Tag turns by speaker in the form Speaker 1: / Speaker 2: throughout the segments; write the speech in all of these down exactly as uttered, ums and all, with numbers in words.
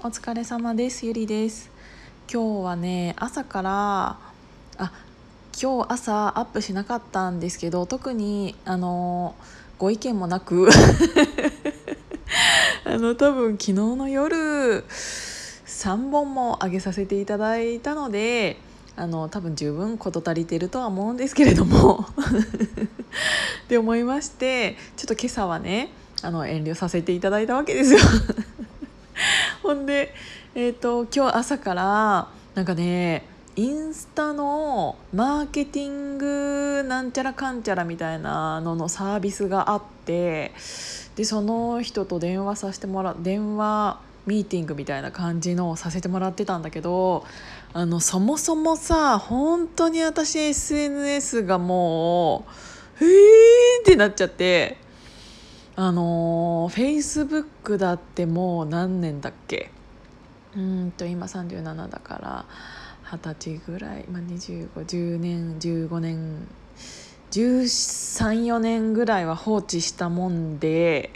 Speaker 1: お疲れ様です。ゆりです。今日はね、朝からあ今日朝アップしなかったんですけど、特にあのご意見もなくあの多分昨日の夜さんぼんも上げさせていただいたので、あの多分十分事足りてるとは思うんですけれどもって思いまして、ちょっと今朝はね、あの遠慮させていただいたわけですよほんで、えーと、今日朝からなんかね、インスタのマーケティングなんちゃらかんちゃらみたいなののサービスがあって、でその人と電話させてもら電話ミーティングみたいな感じのをさせてもらってたんだけど、あのそもそもさ、本当に私 エスエヌエス がもうへーってなっちゃって、あのフェイスブックだってもう何年だっけ、うーんと今さんじゅうななだからはたちぐらい、まあ、にじゅうご、じゅうねんじゅうごねんじゅうさん、よねんぐらいは放置したもんで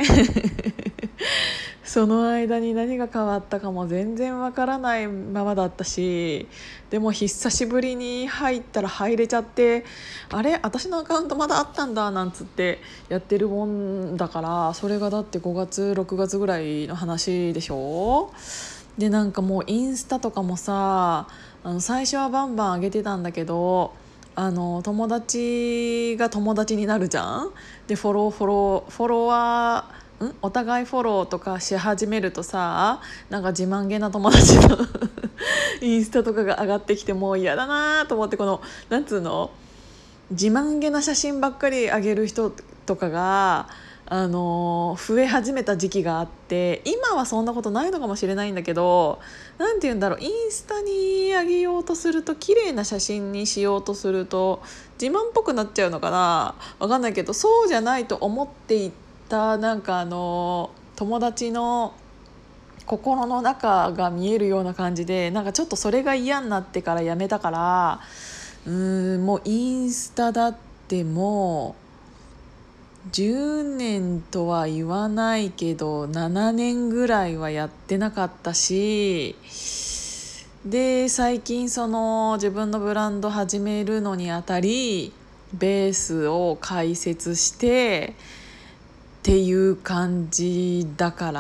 Speaker 1: その間に何が変わったかも全然わからないままだったし、でも久しぶりに入ったら入れちゃって、あれ私のアカウントまだあったんだなんつってやってるもんだから、それがだってごがつろくがつぐらいの話でしょ。でなんかもうインスタとかもさ、あの最初はバンバン上げてたんだけど、あの友達が友達になるじゃん。でフォローフォローフォロワーんお互いフォローとかし始めるとさ、なんか自慢げな友達のインスタとかが上がってきて、もう嫌だなと思って、このなんつうの、自慢げな写真ばっかり上げる人とかがあの増え始めた時期があって、今はそんなことないのかもしれないんだけど、なんて言うんだろう、インスタに上げようとすると、綺麗な写真にしようとすると自慢っぽくなっちゃうのかな、わかんないけど、そうじゃないと思っていた、なんかあの友達の心の中が見えるような感じで、なんかちょっとそれが嫌になってからやめたから、うーんもうインスタだってもうじゅうねんとは言わないけどななねんぐらいはやってなかったし、で最近その自分のブランド始めるのにあたりベースを開設してっていう感じだから、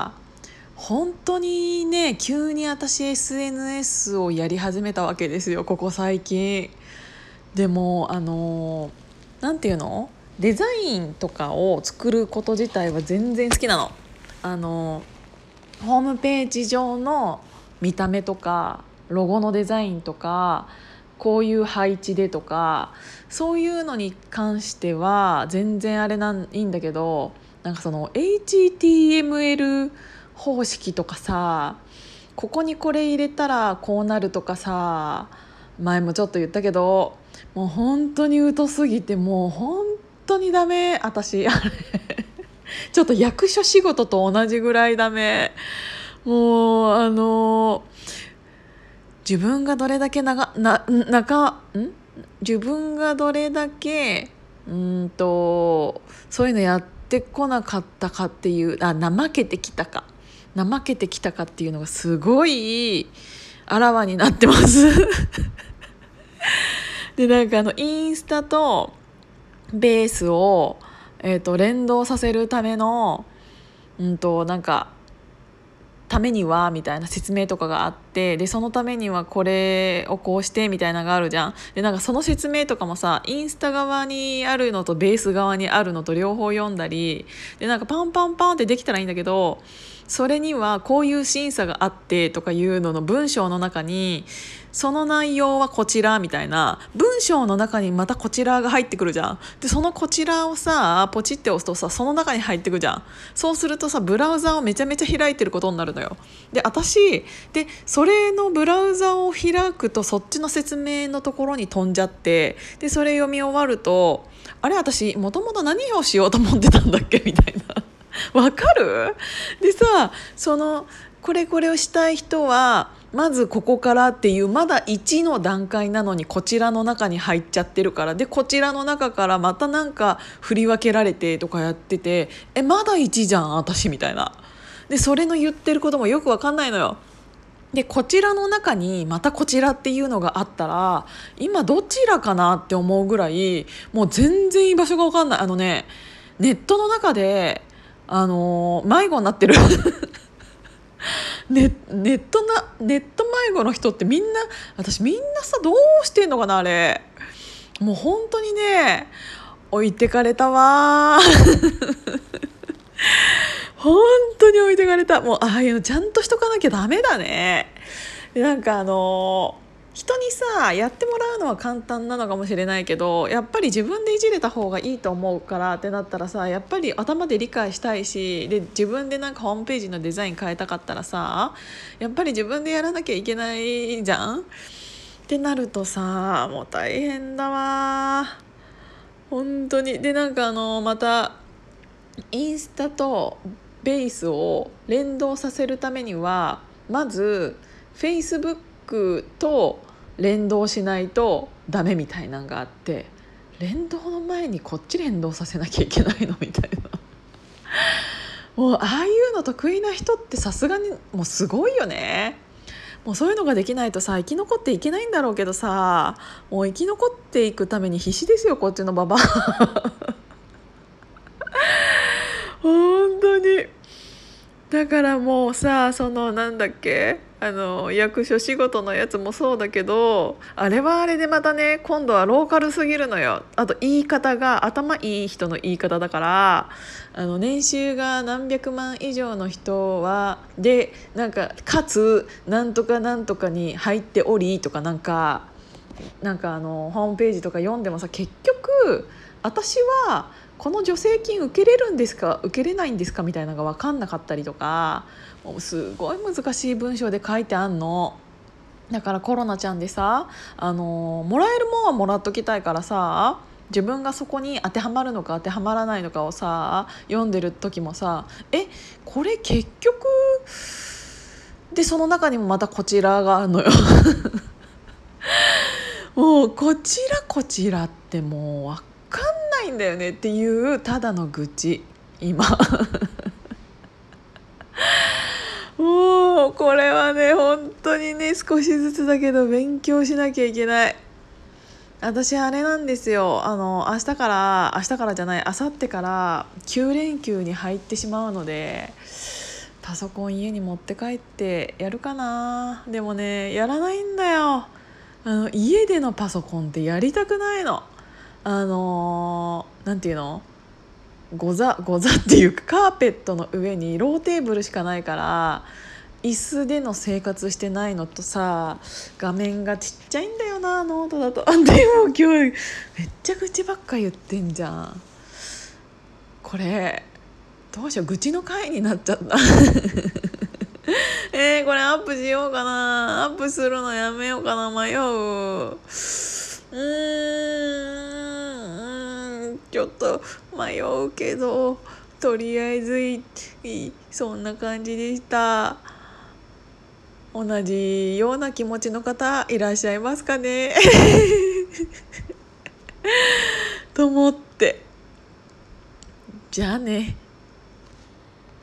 Speaker 1: 本当にね、急に私 エスエヌエス をやり始めたわけですよ、ここ最近。でもあのなんていうの、デザインとかを作ること自体は全然好きなの。あのホームページ上の見た目とかロゴのデザインとか、こういう配置でとか、そういうのに関しては全然あれなんいいんだけど、なんかその エイチティーエムエル 方式とかさ、ここにこれ入れたらこうなるとかさ、前もちょっと言ったけど、もう本当に疎すぎて、もう本当にダメ私あれちょっと役所仕事と同じぐらいダメ。もうあの自分がどれだけながな中ん自分がどれだけうんとそういうのやってこなかったかっていう、あ怠けてきたか怠けてきたかっていうのがすごいあらわになってますでなんかあのインスタとベースを、えー、と連動させるためのうんとなんかためにはみたいな説明とかがあって、でそのためにはこれをこうしてみたいなのがあるじゃん。でなんかその説明とかもさ、インスタ側にあるのとベース側にあるのと両方読んだりで、なんかパンパンパンってできたらいいんだけど、それにはこういう審査があってとかいうのの文章の中に、その内容はこちらみたいな文章の中にまたこちらが入ってくるじゃん。でそのこちらをさポチって押すとさ、その中に入ってくじゃん。そうするとさ、ブラウザをめちゃめちゃ開いてることになるのよ。で私でそれのブラウザを開くと、そっちの説明のところに飛んじゃって、でそれ読み終わると、あれ私もともと何をしようと思ってたんだっけみたいなわかる。でさ、そのこれこれをしたい人はまずここからっていう、まだいちの段階なのにこちらの中に入っちゃってるから、でこちらの中からまたなんか振り分けられてとかやってて、えまだいちじゃん私みたいな。 でそれの言ってることもよく分かんないのよ。でこちらの中にまたこちらっていうのがあったら今どちらかなって思うぐらいもう全然居場所が分かんない。あのねネットの中であのー迷子になってるネネットなネット迷子の人ってみんな私みんなさどうしてんのかなあれ。もう本当にね置いてかれたわ本当に置いてかれた。もうああいうのちゃんとしとかなきゃダメだね。でなんかあの人にさやってもらうのは簡単なのかもしれないけどやっぱり自分でいじれた方がいいと思うからってなったらさやっぱり頭で理解したいしで自分でなんかホームページのデザイン変えたかったらさやっぱり自分でやらなきゃいけないじゃんってなるとさもう大変だわ本当に。でなんかあのまたインスタとベースを連動させるためにはまず Facebook と連動しないとダメみたいなのがあって連動の前にこっち連動させなきゃいけないのみたいなもうああいうの得意な人ってさすがにもうすごいよね。もうそういうのができないとさ生き残っていけないんだろうけどさもう生き残っていくために必死ですよこっちのババア本当に。だからもうさそのなんだっけあの役所仕事のやつもそうだけどあれはあれでまたね今度はローカルすぎるのよ。あと言い方が頭いい人の言い方だからあの年収が何百万以上の人はでなんかかつなんとかなんとかに入っておりとかなんかなんかあのホームページとか読んでもさ結局私はこの助成金受けれるんですか受けれないんですかみたいなのが分かんなかったりとかもうすごい難しい文章で書いてあんの。だからコロナちゃんでさあのもらえるもんはもらっときたいからさ自分がそこに当てはまるのか当てはまらないのかをさ読んでる時もさえこれ結局でその中にもまたこちらがあるのよもうこちらこちらってもう分かんないんだよねっていうただの愚痴今もうこれはね本当にね少しずつだけど勉強しなきゃいけない。私あれなんですよあの明日から明日からじゃない明後日からきゅう連休に入ってしまうのでパソコン家に持って帰ってやるかな。でもねやらないんだよ。あの家でのパソコンってやりたくないの。あのー、なんていうのご座ご座っていうかカーペットの上にローテーブルしかないから椅子での生活してないのとさ画面がちっちゃいんだよなノートだと。あでも今日めっちゃ愚痴ばっか言ってんじゃん。これどうしよう愚痴の回になっちゃったえー、これアップしようかなアップするのやめようかな迷ううーんちょっと迷うけどとりあえずいいそんな感じでした。同じような気持ちの方いらっしゃいますかねと思ってじゃあね。